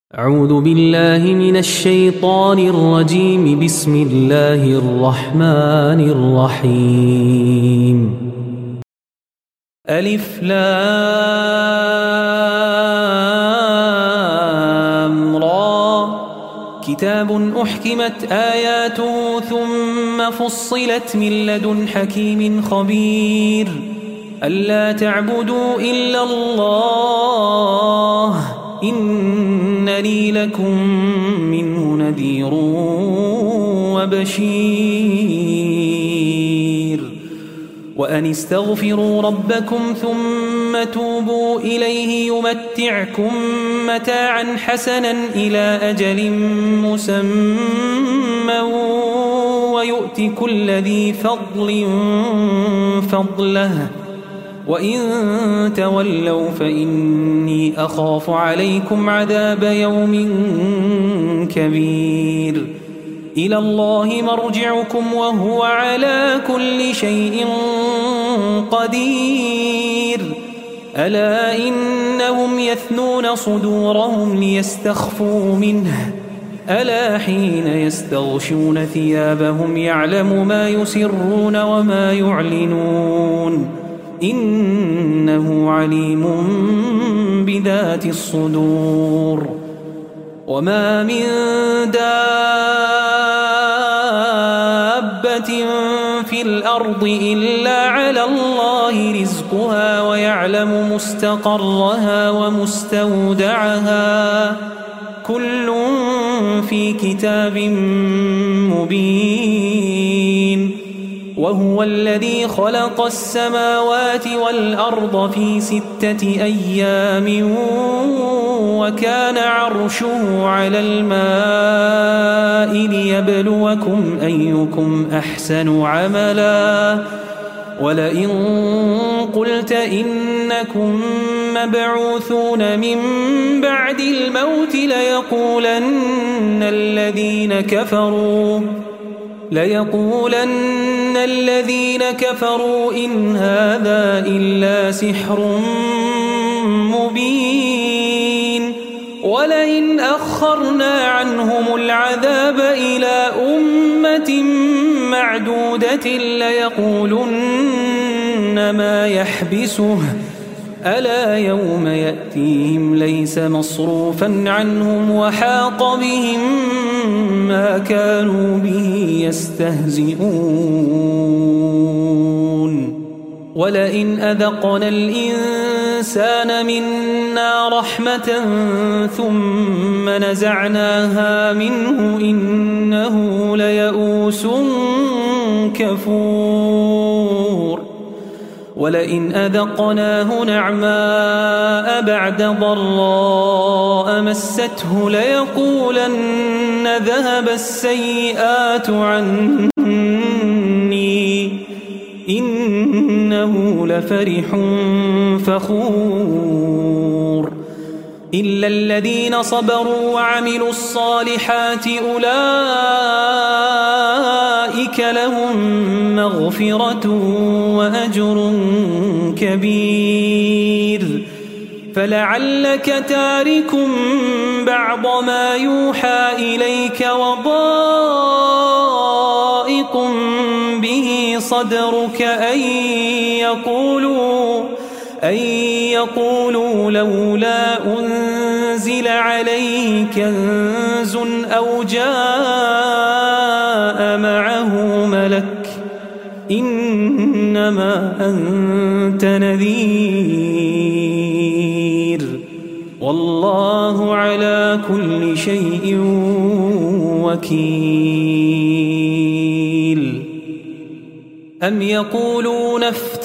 أعوذ بالله من الشيطان الرجيم. بسم الله الرحمن الرحيم. ألف لام را. كتاب أحكمت آياته ثم فصلت من لدن حكيم خبير. ألا تعبدوا إلا الله إنني لكم منه نذير وبشير. وأن استغفروا ربكم ثم توبوا إليه يمتعكم متاعا حسنا إلى أجل مسمى ويؤت كل ذي فضل فضله وإن تولوا فإني أخاف عليكم عذاب يوم كبير. إلى الله مرجعكم وهو على كل شيء قدير. ألا إنهم يثنون صدورهم ليستخفوا منه ألا حين يستغشون ثيابهم يعلم ما يسرون وما يعلنون إنه عليم بذات الصدور. وما من دابة في الأرض إلا على الله رزقها ويعلم مستقرها ومستودعها كل في كتاب مبين. وهو الذي خلق السماوات والأرض في 6 أيام وكان عرشه على الماء ليبلوكم أيكم أحسن عملا. ولئن قلت إنكم مبعوثون من بعد الموت ليقولن الذين كفروا إن هذا إلا سحر مبين. ولئن أخرنا عنهم العذاب إلى أمة معدودة ليقولن ما يحبسه ألا يوم يأتيهم ليس مصروفا عنهم وحاق بهم ما كانوا به يستهزئون. ولئن أذقنا الإنسان منا رحمة ثم نزعناها منه إنه ليئوس كفور. ولئن أذقناه نعماء بعد ضراء مسته ليقولن ذهب السيئات عني إنه لفرح فخور. إلا الذين صبروا وعملوا الصالحات أولئك لهم مغفرة وأجر كبير. فلعلك تارك بعض ما يوحى إليك وضائق به صدرك أن يقولوا لولا أنزل عليه كنز أو جاء معه ملك إنما أنت نذير والله على كل شيء وكيل. أم يقولون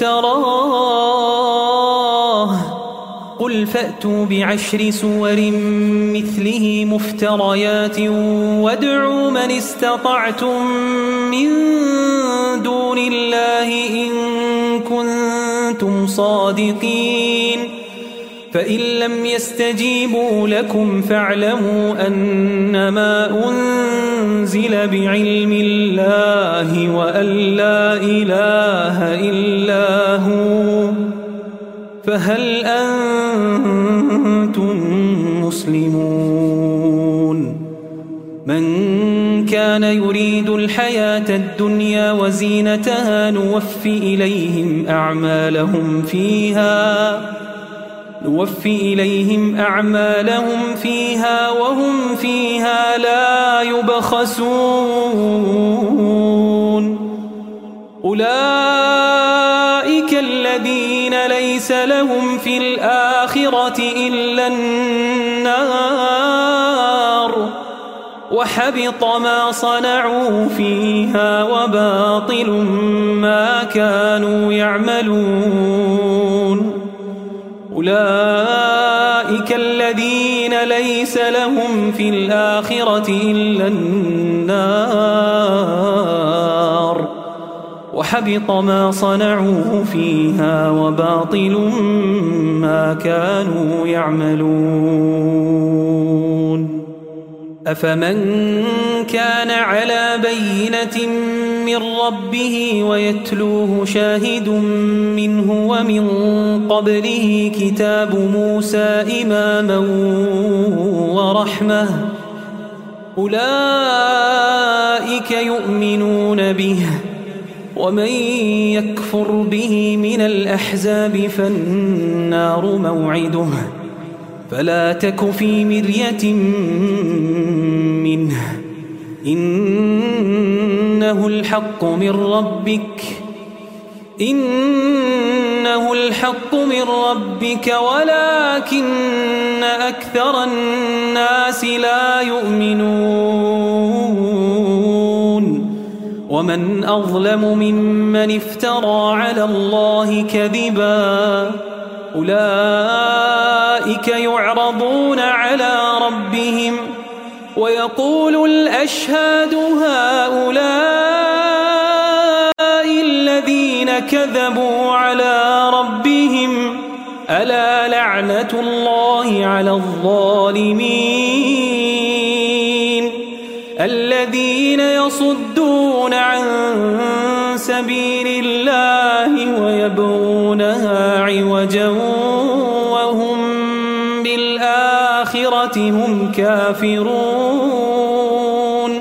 افتراه قل فأتوا ب10 سور مثله مفتريات وادعوا من استطعتم من دون الله إن كنتم صادقين. فإن لم يستجيبوا لكم فاعلموا أنما أنزل بعلم الله وأن لا إله إلا هو فهل أنتم مسلمون؟ يبصرون من كان يريد الحياة الدنيا وزينتها نوفي إليهم أعمالهم فيها وهم فيها لا يبخسون أولئك الذين ليس لهم في الآخرة إلا النار وحبط ما صنعوا فيها وباطل ما كانوا يعملون أولئك الذين ليس لهم في الآخرة إلا النار وحبط ما صنعوا فيها وباطل ما كانوا يعملون أفمن كان على بينة من ربه ويتلوه شاهد منه ومن قبله كتاب موسى إماما ورحمة أولئك يؤمنون به ومن يكفر به من الأحزاب فالنار موعده فلا تك في مرية منه إنه الحق من ربك ولكن أكثر الناس لا يؤمنون ومن أظلم ممن افترى على الله كذبا أولئك يعرضون على ربهم ويقول الأشهاد هؤلاء الذين كذبوا على ربهم ألا لعنة الله على الظالمين الذين يصدون عن سبيل الله ويبغونها عوجا وهم بالآخرة هم كافرون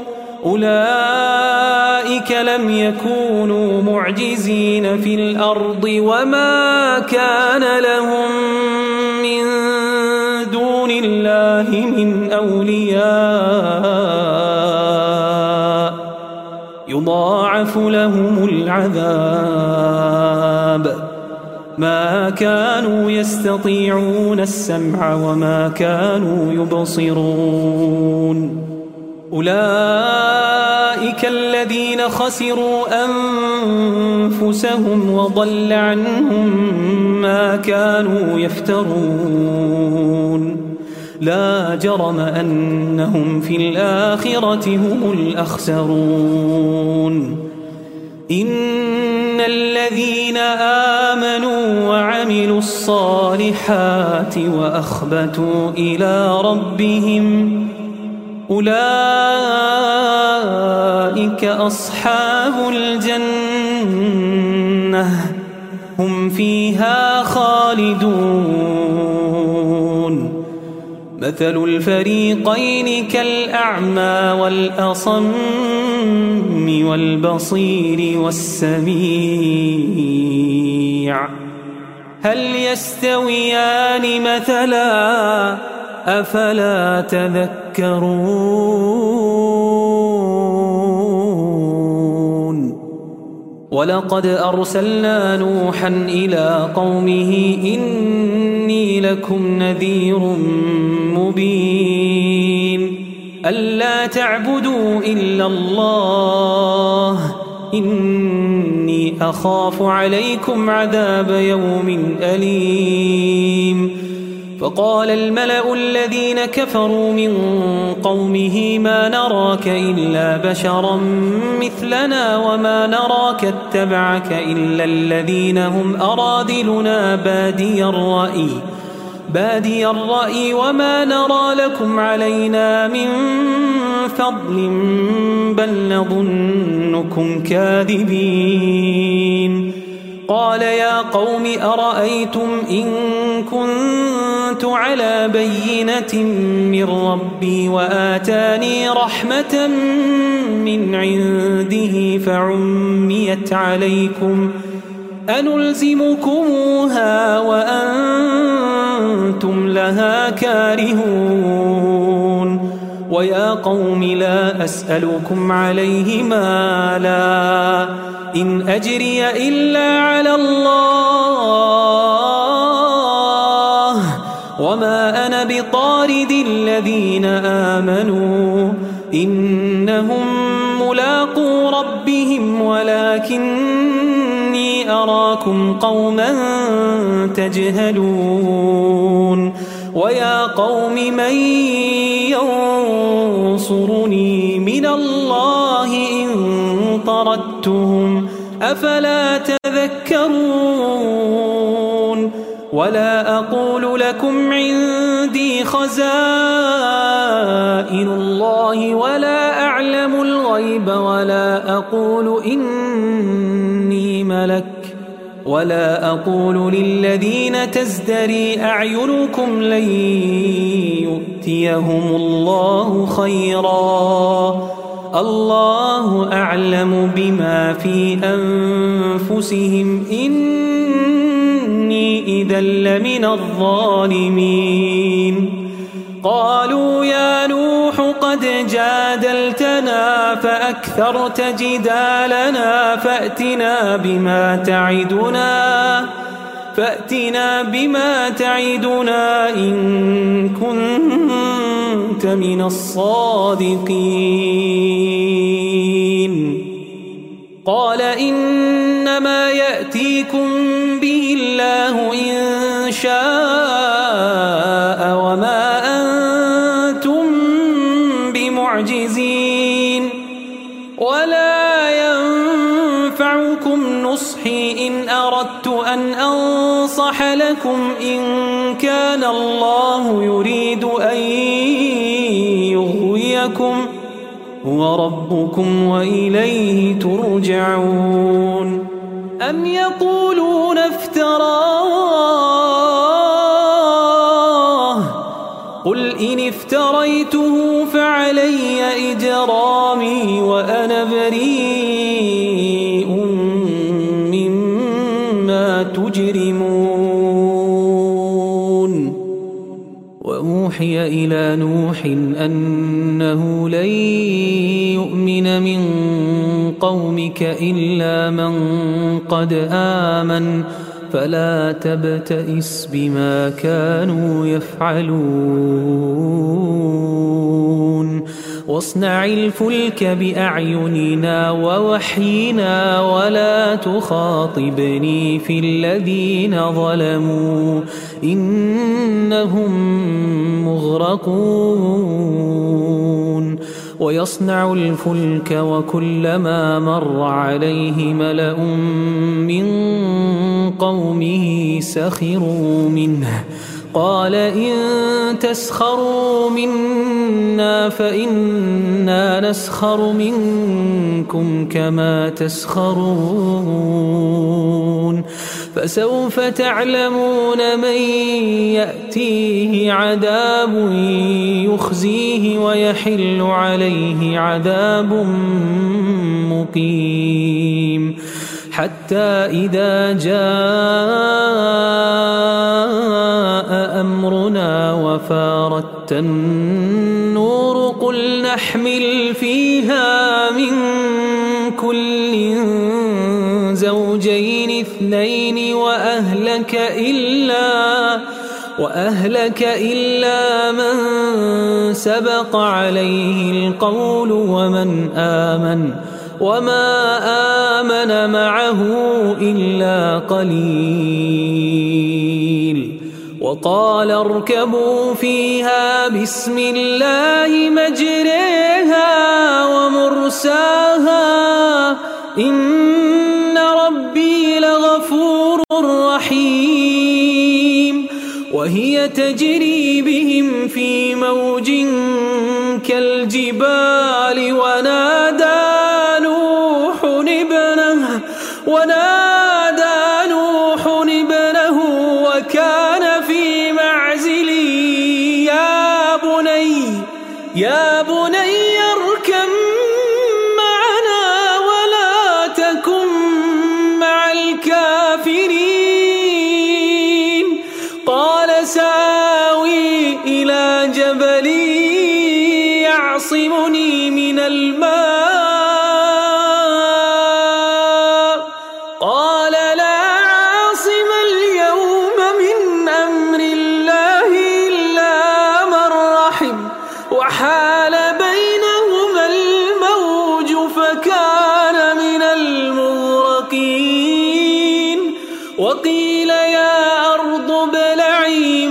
أولئك لم يكونوا معجزين في الأرض وما كان لهم من دون الله من أولياء يضاعف لهم العذاب ما كانوا يستطيعون السمع وما كانوا يبصرون أولئك الذين خسروا أنفسهم وضل عنهم ما كانوا يفترون لا جرم أنهم في الآخرة هم الأخسرون إن الذين آمنوا وعملوا الصالحات وأخبتوا إلى ربهم أولئك أصحاب الجنة هم فيها خالدون مثل الفريقين كالأعمى والأصم والبصير والسميع هل يستويان مثلا أفلا تذكرون ولقد أرسلنا نوحا إلى قومه إني لكم نذير مبين ألا تعبدوا إلا الله إني أخاف عليكم عذاب يوم أليم فقال الملأ الذين كفروا من قومه ما نراك إلا بشرا مثلنا وما نراك اتبعك إلا الذين هم أراذلنا بادي الرأي وما نرى لكم علينا من فضل بل نظنكم كاذبين قال يا قوم أرأيتم إن كنتم كنت على بينة من ربي وآتاني رحمة من عنده فعميت عليكم أنلزمكموها وأنتم لها كارهون ويا قوم لا أسألكم عليه مالا إن أجري إلا على الله وما أنا بطارد الذين آمنوا إنهم ملاقو ربهم ولكني أراكم قوما تجهلون ويا قوم من ينصرني من الله إن طردتهم أفلا تذكرون ولا أقول لكم عندي خزائن الله ولا أعلم الغيب ولا أقول إني ملك ولا أقول للذين تزدري أعينكم لن يؤتيهم الله خيرا الله أعلم بما في أنفسهم إني إذا لمن الظالمين قالوا يا نوح قد جادلتنا فأكثرت جدالنا فأتنا بما تعدنا إن كنت من الصادقين قال إنما يأتيكم به الله إن شاء وما أنتم بمعجزين ولا ينفعكم نصحي إن أردت أن أنصح لكم إن كان الله يريد أن يغويكم هو ربكم وإليه ترجعون أم يقولون افتراه قل إن افتريته فعلي إجرامي وأنا بريء مما تجرمون وأوحي إلى نوح أنه لن يؤمن من قومك إلا من قد آمن فلا تبتئس بما كانوا يفعلون واصنع الفلك بأعيننا ووحينا ولا تخاطبني في الذين ظلموا إنهم مغرقون ويصنع الفلك وكلما مر عليه ملأ من قومه سخروا منه قال إن تسخروا منا فإنا نسخر منكم كما تسخرون فسوف تعلمون من يأتيه عذاب يخزيه ويحل عليه عذاب مقيم حتى إذا جاء أمرنا وفارت النور قل نحمل فيها من كل زوجين اثنين وأهلك إلا من سبق عليه القول ومن آمن وما آمن معه إلا قليل وقال اركبوا فيها بسم الله مجريها ومرساها إن ربي لغفور رحيم وهي تجري بهم في موج كالجبال ونادى نوح ابنه وكان في معزل يا بني اركب معنا ولا تكن مع الكافرين قال سآوي إلى جبل يعصمني من الماء قال لا عاصم اليوم من أمر الله إلا من رحم وحال بينهما الموج فكان من المغرقين وقيل يا أرض ابلعي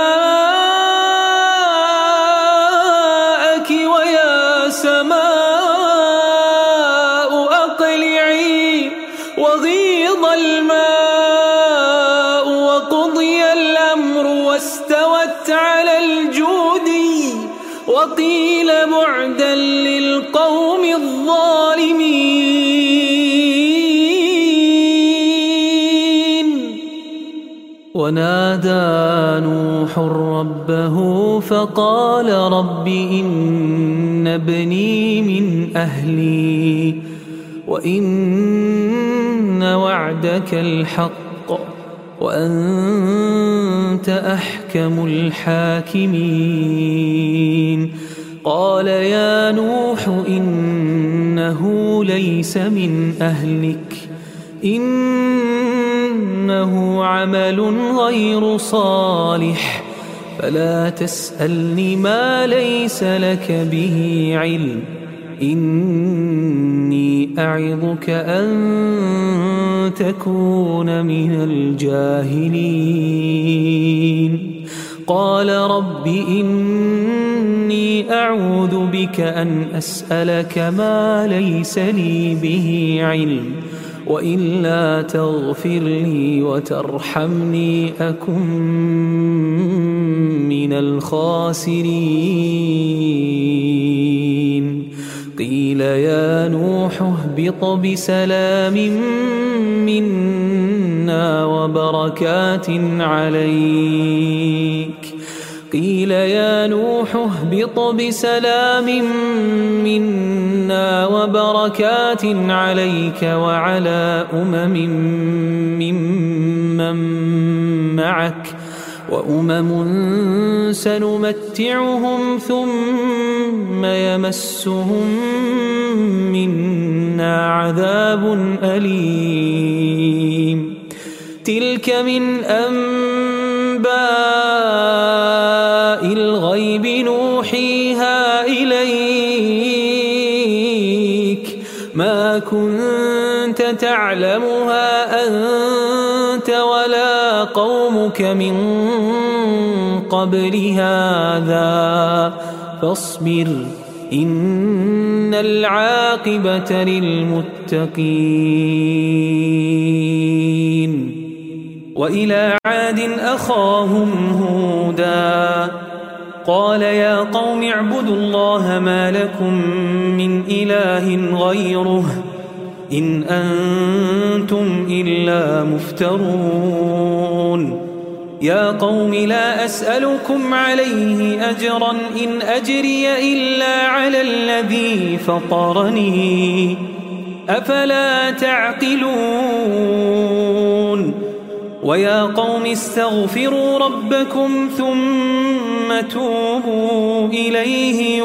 ماءك ويا سماء أقلعي وغيض الماء وقضي الأمر واستوت على الجودي وقيل بعدا للقوم الظالمين ونادى نوح ربه فقال رب إن ابني من أهلي وإن وعدك الحق وأنت أحكم الحاكمين قال يا نوح إنه ليس من أهلك إنه عمل غير صالح فلا تسألني ما ليس لك به علم إني أعظك أن تكون من الجاهلين قال رب إني أعوذ بك أن أسألك ما ليس لي به علم وإلا تغفر لي وترحمني أكن من الخاسرين قيل يا نوح اهبط بسلام منا وبركات عليك قيل يا نوح اهبط بسلام منا وبركات عليك وعلى ممن معك وأمم سنمتعهم ثم يمسهم منا عذاب أليم تلك من أنباء الغيب نوحيها إليك ما كنت تعلمها أنت ولا قومك من قبل هذا فاصبر إن العاقبة للمتقين وإلى عاد أخاهم هودا قال يا قوم اعبدوا الله ما لكم من إله غيره إن أنتم إلا مفترون يا قوم لا أسألكم عليه أجرا إن أجري إلا على الذي فطرني أفلا تعقلون ويا قوم استغفروا ربكم ثم توبوا إليه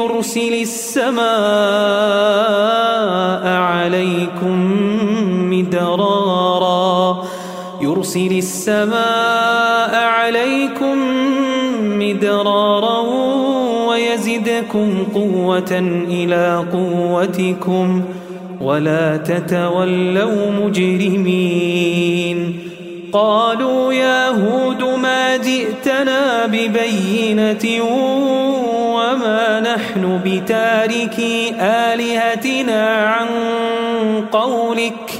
يرسل السماء عليكم مدرارا ويزدكم قوة إلى قوتكم ولا تتولوا مجرمين قالوا يا هود ما جئتنا ببينة وما نحن بتاركي آلهتنا عن قولك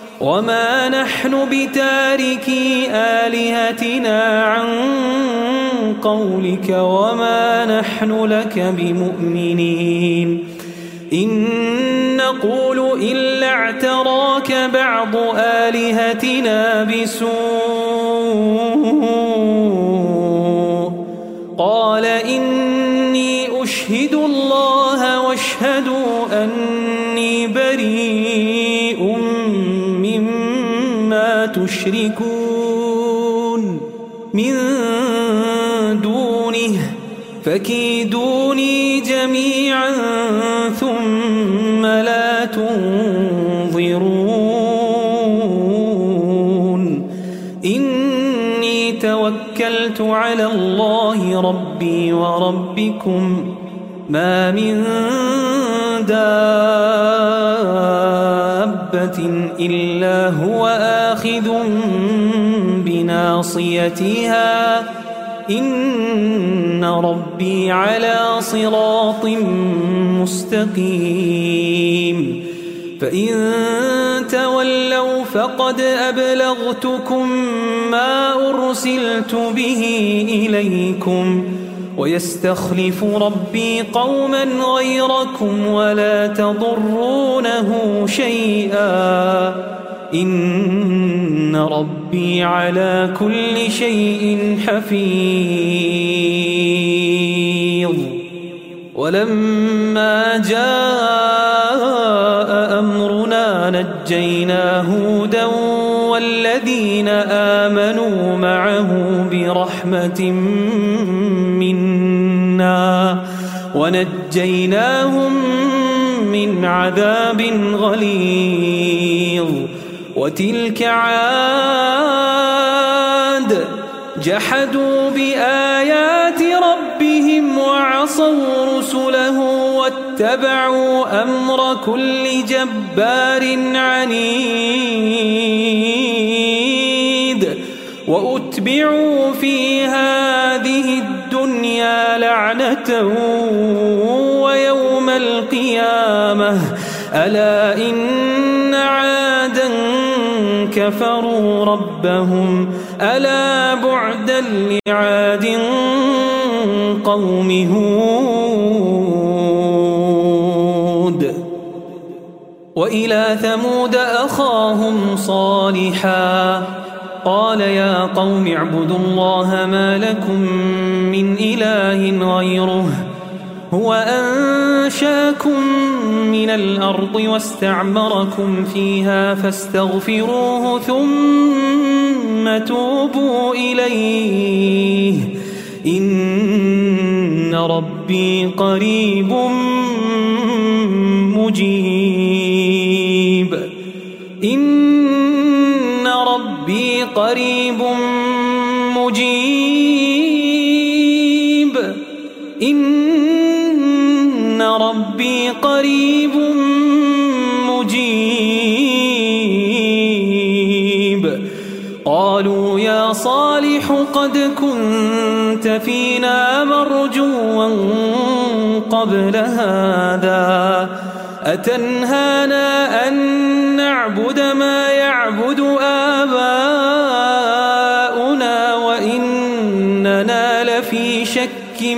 وما نحن لك بمؤمنين إن نقول إلا اعتراك بعض آلهتنا بسوء قال إني أشهد الله الله واشهدوا أني بريء مما تشركون من دونه فكيدوني جميعا ثم لا تنظرون إني توكلت على الله ربي وربكم ما من دابة إلا هو آخذ بناصيتها إن ربي على صراط مستقيم فإن تولوا فقد أبلغتكم ما أرسلت به إليكم ويستخلف ربي قوما غيركم ولا تضرونه شيئا إن ربي على كل شيء حفيظ ولما جاء أمرنا نجينا هودا والذين آمنوا معه برحمة منا ونجيناهم من عذاب غليظ وتلك عاد جحدوا بآيات ربهم وعصوا رسله واتبعوا أمر كل جبار عنيد وأتبعوا في هذه الدنيا لعنة ويوم القيامة ألا إن عادا كفروا ربهم ألا بعدا لعاد قوم هود وإلى ثمود أخاهم صالحا قال يا قوم اعبدوا الله ما لكم من إله غيره هو أنشاكم من الأرض واستعمركم فيها فاستغفروه ثم توبوا إليه إن ربي قريب مجيب إن ربي قريب مجيب إن ربي قريب مجيب قالوا يا صالح قد كنت فينا مرجوا قبل هذا أتنهانا أن نعبد ما يعبد آباؤنا وإننا لفي شك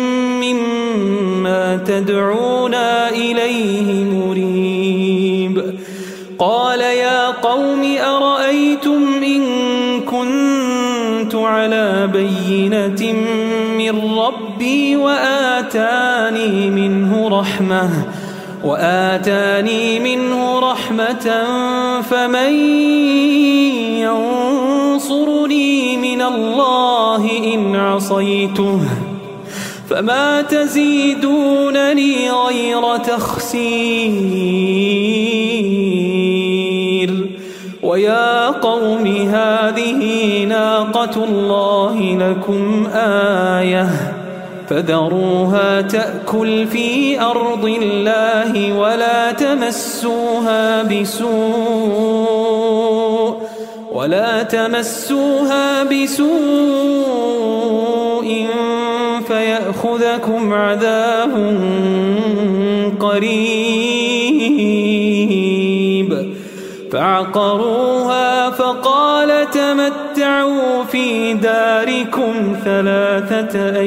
مما تدعونا إليه مريب قال يا قوم أرأيتم إن كنت على بينة من ربي وآتاني منه رحمة فمن ينصرني من الله إن عصيته فما تزيدونني غير تخسير ويا قوم هذه ناقة الله لكم آية فذروها تأكل في أرض الله ولا تمسوها بسوء فيأخذكم عذاب قريب فعقروها فقال تمتعوا في داركم 3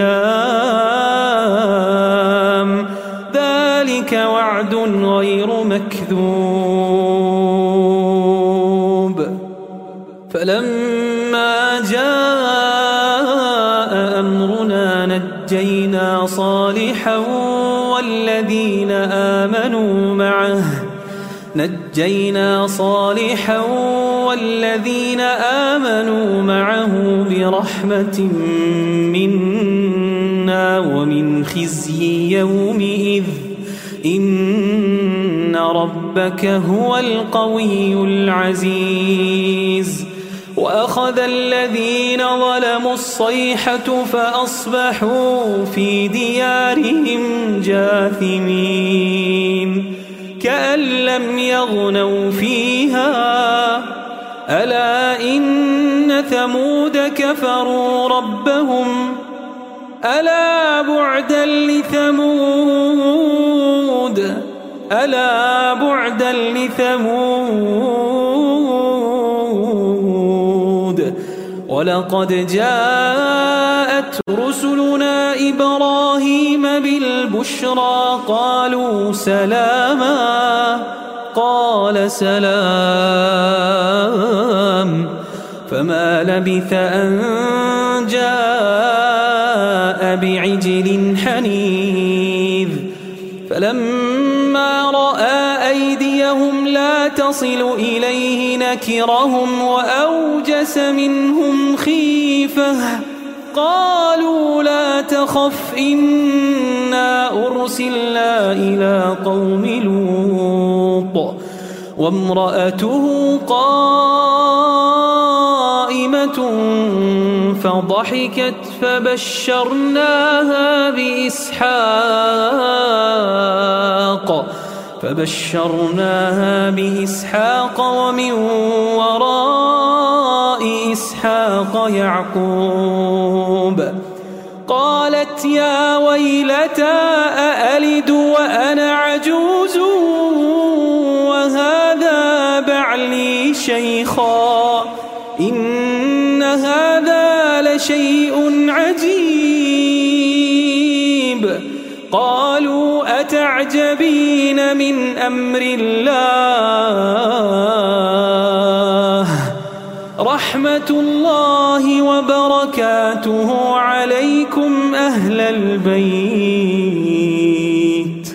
أيام ذلك وعد غير مكذوب فلما جاء أمرنا نجينا صالحا والذين آمنوا معه نجينا صالحا والذين آمنوا معه برحمة منا ومن خزي يومئذ إن ربك هو القوي العزيز وأخذ الذين ظلموا الصيحة فأصبحوا في ديارهم جاثمين كأن لم يغنوا فيها ألا إن ثمود كفروا ربهم ألا بعدا لثمود ألا بعدا لثمود ولقد جاءت رسلنا إبراهيم بالبشرى قالوا سلاما قال سلام فما لبث أن جاء بعجل حنيذ فلما رأى أيديهم لا تصل إليه نكرهم وأوجس منهم خيفة قالوا لا تخف إنا أرسلنا إلى قوم لوط وامرأته قائمة فضحكت فبشرناها بإسحاق ومن وراء إسحاق يعقوب قالت يا ويلتى أألد وأنا عجوز وهذا بعلي شيخا إن هذا لشيء عجيب قالوا أتعجبين من أمر الله رحمة الله وبركاته عليكم أهل البيت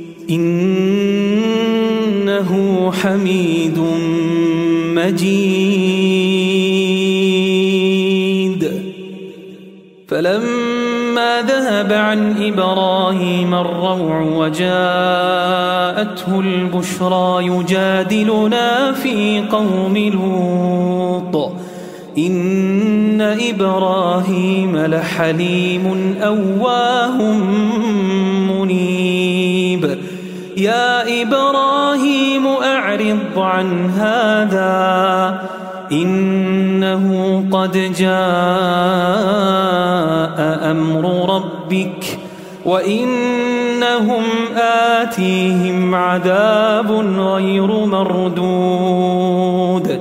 إنه حميد مجيد فلما ذهب عن إبراهيم الروع وجاءته البشرى يجادلنا في قوم لوط إن إبراهيم لحليم أواه منيب يا إبراهيم أعرض عن هذا إنه قد جاء أمر ربك وإنهم آتيهم عذاب غير مردود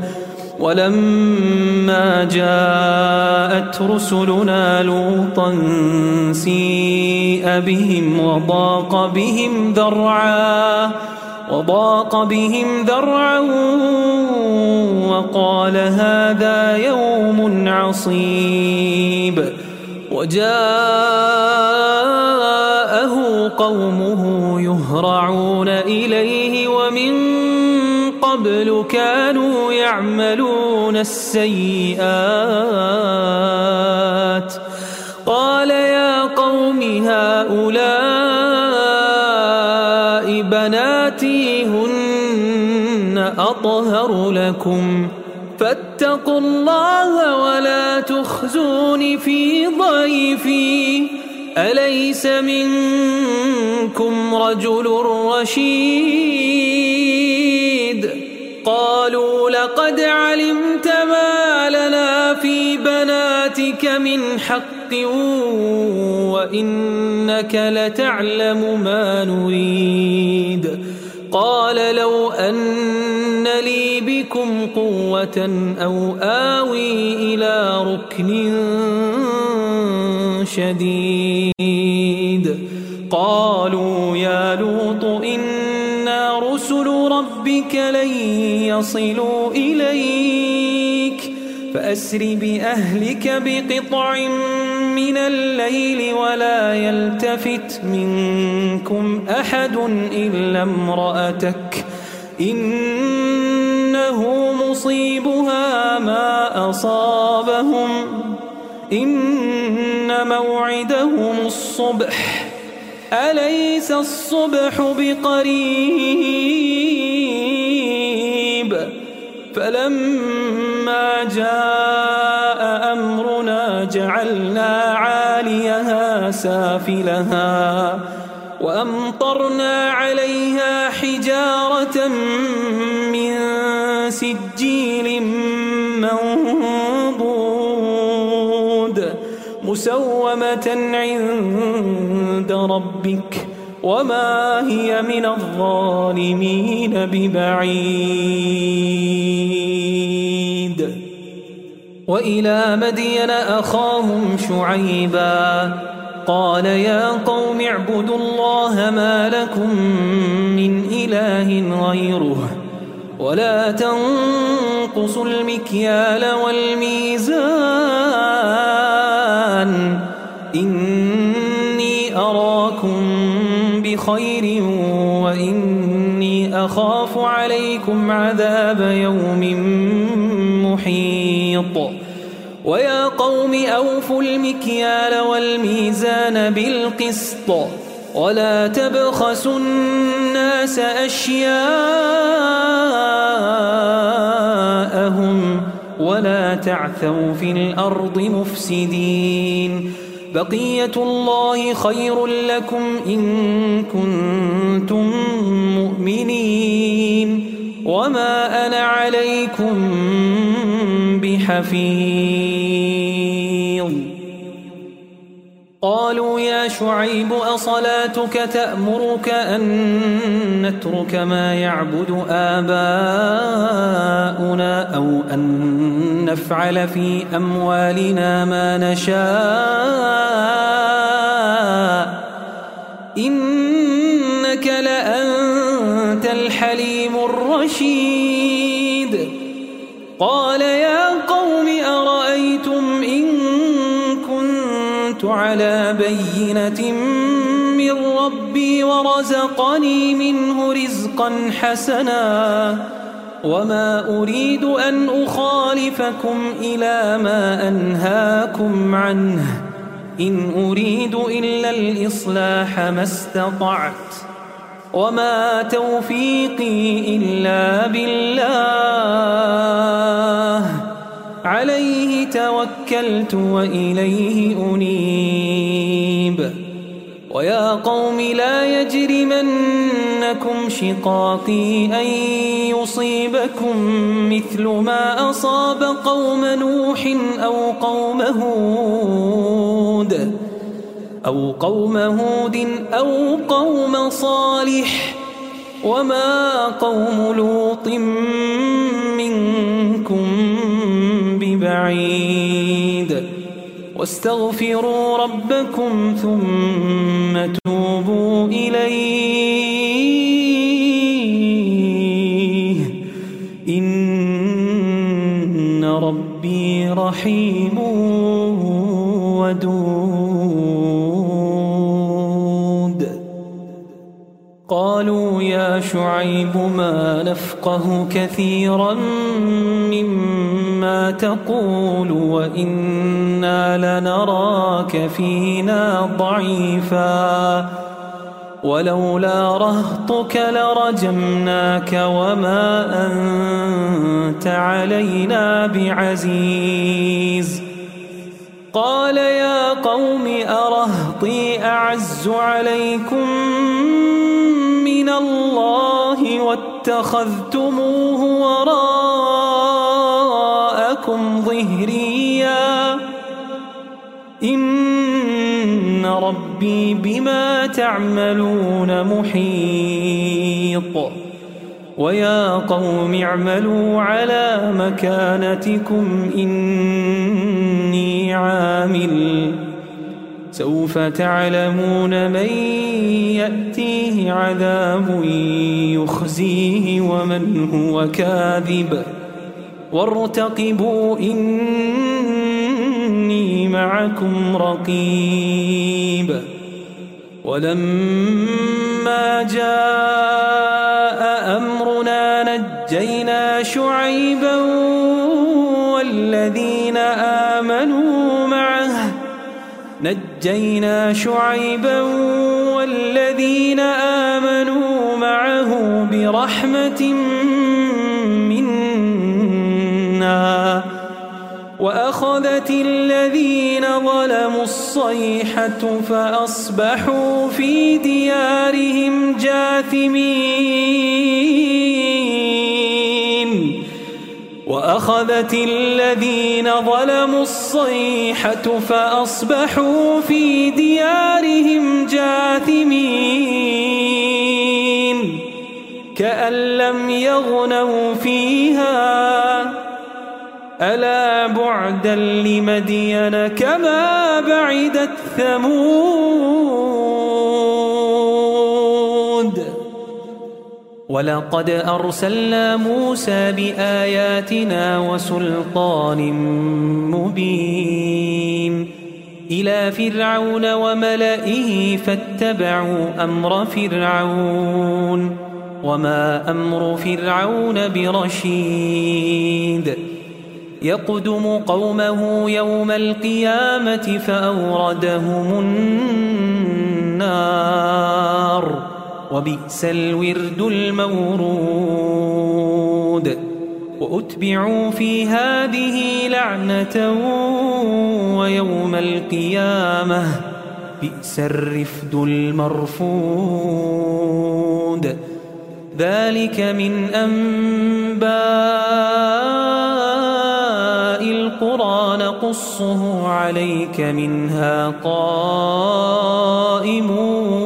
ولما جاءت رسلنا لوطا سيء بهم وضاق بهم ذرعا وقال هذا يوم عصيب وجاءه قومه يهرعون إليه ومن قبل كانوا يعملون السيئات قال يا قوم هؤلاء بناتي هن أطهر لكم فاتقوا الله ولا تخزون في ضيفي أليس منكم رجل رشيد قالوا لقد علمت ما لنا في بناتك من حق وإنك لتعلم ما نريد قال لو أن لي بكم قوة أو آوي إلى ركن شديد قالوا يا لوط إنا رسل ربك لن يصلوا إليك فأسر بأهلك بقطع من الليل ولا يلتفت منكم أحد إلا امرأتك إنه مصيبها ما أصابهم إن موعدهم الصبح أليس الصبح بقريب فلما جاء أمرنا جعلنا عاليها سافلها وأمطرنا عليها حجارة من سجيل منضود مسومة عند ربك وما هي من الظالمين ببعيد وإلى مدين أخاهم شعيبا قال يا قوم اعبدوا الله ما لكم من إله غيره ولا تنقصوا المكيال والميزان إني أراكم بخير وإني أخاف عليكم عذاب يوم محيط ويا قوم أوفوا المكيال والميزان بالقسط ولا تبخسوا الناس أشياءهم ولا تعثوا في الأرض مفسدين بقية الله خير لكم إن كنتم مؤمنين وما أنا عليكم بحفيظ قالوا يا شعيب أصلاتك تأمرك أن نترك ما يعبد آباؤنا أو أن نفعل في أموالنا ما نشاء إنك لأنت الحليم الرشيد قال يا قوم أرأيتم إن كنت على بينة من ربي ورزقني منه رزقا حسنا وما أريد أن أخالفكم إلى ما أنهاكم عنه إن أريد إلا الإصلاح ما استطعت وما توفيقي إلا بالله عليه توكلت وإليه أنيب ويا قوم لا يجرمنكم شقاقي أن يصيبكم مثل ما أصاب قوم نوح أو قوم هود أو قوم صالح وما قوم لوط منكم ببعيد واستغفروا ربكم ثم توبوا إليه إن ربي رحيم ودود قالوا يا شعيب ما نفقه كثيرا مما تقول وإنا لنراك فينا ضعيفا ولولا رهطك لرجمناك وما أنت علينا بعزيز قال يا قوم أرهطي أعز عليكم من الله واتخذتموه وراءكم ظهريا إن ربي بما تعملون محيط ويا قوم اعملوا على مكانتكم إني عامل سوف تعلمون من يأتيه عذاب يخزيه ومن هو كاذب وارتقبوا إني معكم رقيب ولما جاء أمرنا نجينا شعيبا والذين آمنوا معه برحمة منا وأخذت الذين ظلموا الصيحة فأصبحوا في ديارهم جاثمين كأن لم يغنوا فيها ألا بعدا لمدين كما بعدت ثمود ولقد أرسلنا موسى بآياتنا وسلطان مبين إلى فرعون وملئه فاتبعوا أمر فرعون وما أمر فرعون برشيد يقدم قومه يوم القيامة فأوردهم النار وبئس الورد المورود وأتبعوا في هذه لعنة ويوم القيامة بئس الرفد المرفود ذلك من أنباء القرى نقصه عليك منها قائم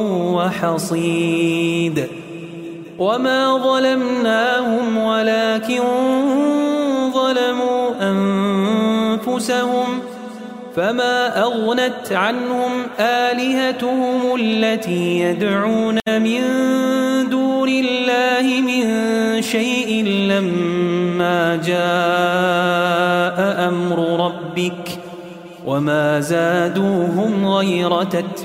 وحصيد وما ظلمناهم ولكن ظلموا أنفسهم فما أغنت عنهم آلهتهم التي يدعون من دون الله من شيء لما جاء أمر ربك وما زادوهم غير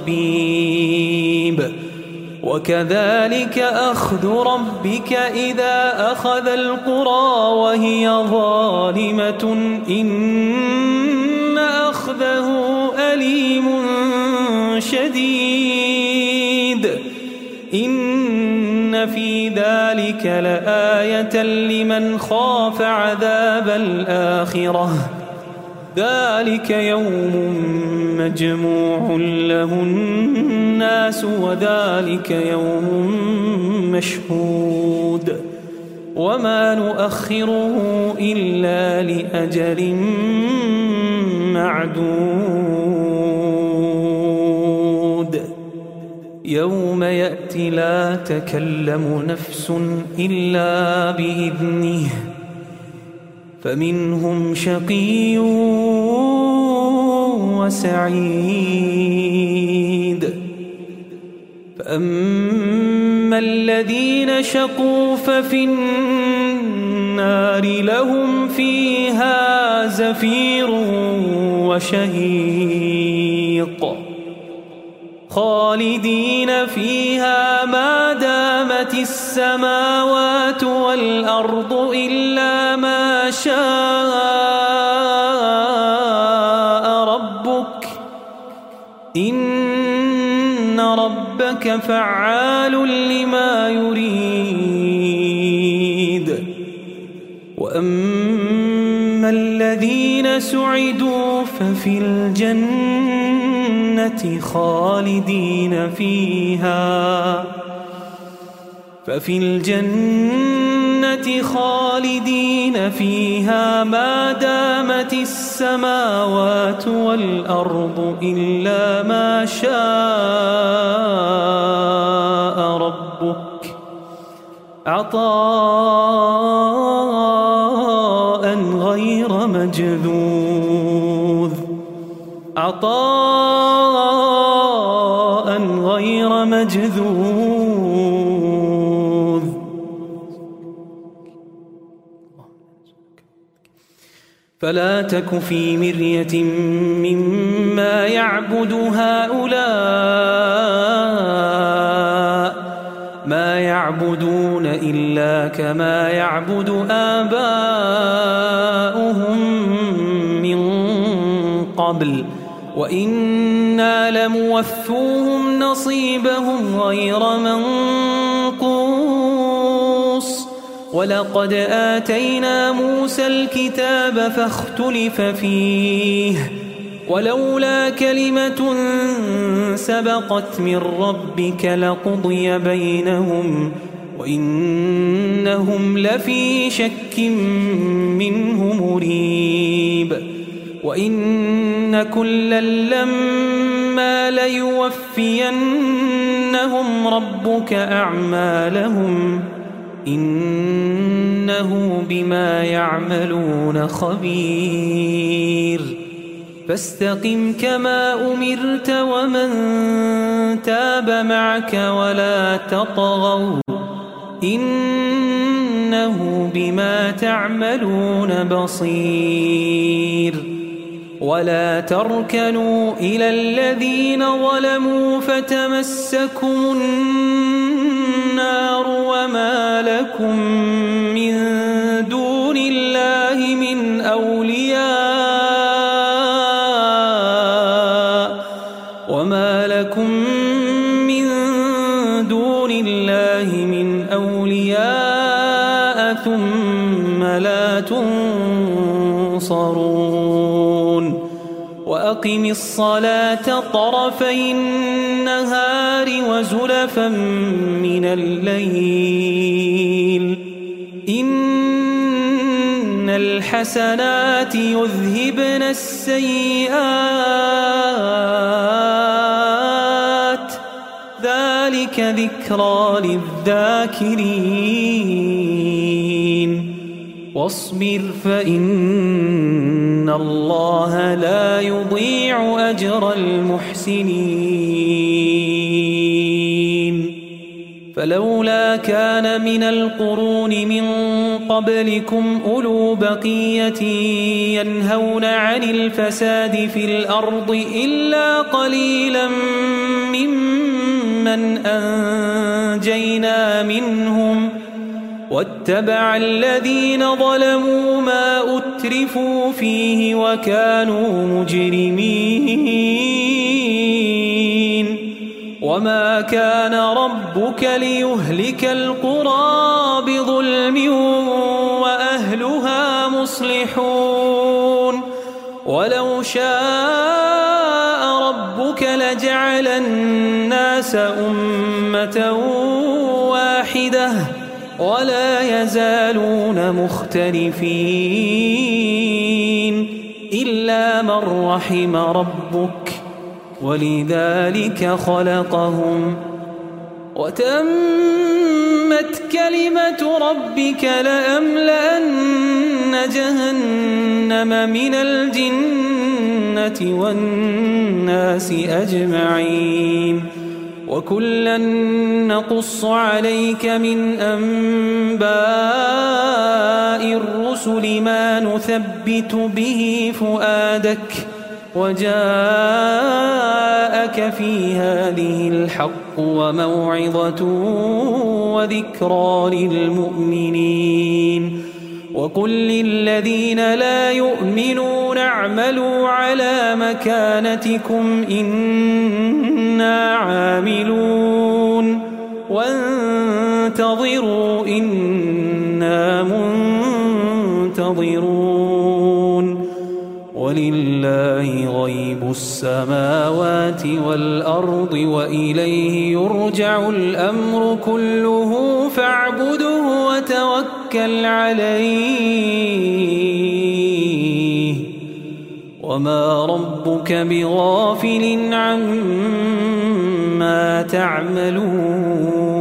تتبيب وكذلك أخذ ربك إذا أخذ القرى وهي ظالمة إن أخذه أليم شديد إن في ذلك لآية لمن خاف عذاب الآخرة ذلك يوم مجموع له الناس وذلك يوم مشهود وما نؤخره إلا لأجل معدود يوم يأتي لا تكلم نفس إلا بإذنه فمنهم شقي وسعيد فأما الذين شقوا ففي النار لهم فيها زفير وشهيق خالدين فيها ما دامت السماوات والأرض إلا ما شاء ربك إن ربك فعال لما يريد وأما الذين سعدوا ففي الجنة خالدين فيها ما دامت السماوات والأرض إلا ما شاء ربك عطاء غير مجذوذ فلا تك في مرية مما يعبد هؤلاء ما يعبدون إلا كما يعبد آباؤهم من قبل وإنا لموفوهم نصيبهم غير منقوص ولقد آتينا موسى الكتاب فاختلف فيه ولولا كلمة سبقت من ربك لقضي بينهم وإنهم لفي شك منه مريب وإن كلا لما ليوفينهم ربك أعمالهم إنه بما يعملون خبير فاستقم كما أمرت ومن تاب معك ولا تطغوا إنه بما تعملون بصير ولا تركنوا إلى الذين ظلموا فتمسكم النار وما لكم من دون الله من أولياء ثم لا تنصرون وأقم الصلاة طرفي النهار وزلفا من الليل إن الحسنات يذهبن السيئات ذلك ذكرى للذاكرين واصبر فإن الله لا يضيع أجر المحسنين فلولا كان من القرون من قبلكم أولو بقية ينهون عن الفساد في الأرض إلا قليلا ممن أنجينا منهم واتبع الذين ظلموا ما أترفوا فيه وكانوا مجرمين وما كان ربك ليهلك القرى بظلم وأهلها مصلحون ولو شاء ربك لجعل الناس أمة واحدة ولا يزالون مختلفين إلا من رحم ربك ولذلك خلقهم وتمت كلمة ربك لأملأن جهنم من الجنة والناس أجمعين وكلا نقص عليك من أنباء الرسل ما نثبت به فؤادك وجاءك في هذه الحق وموعظة وذكرى للمؤمنين وقل للذين لا يؤمنون اعملوا على مكانتكم إنا عاملون وانتظروا إنا منتظرون ولله غيب السماوات والأرض وإليه يرجع الأمر كله فاعبده وتوكل عليه وما ربك بغافل عما تعملون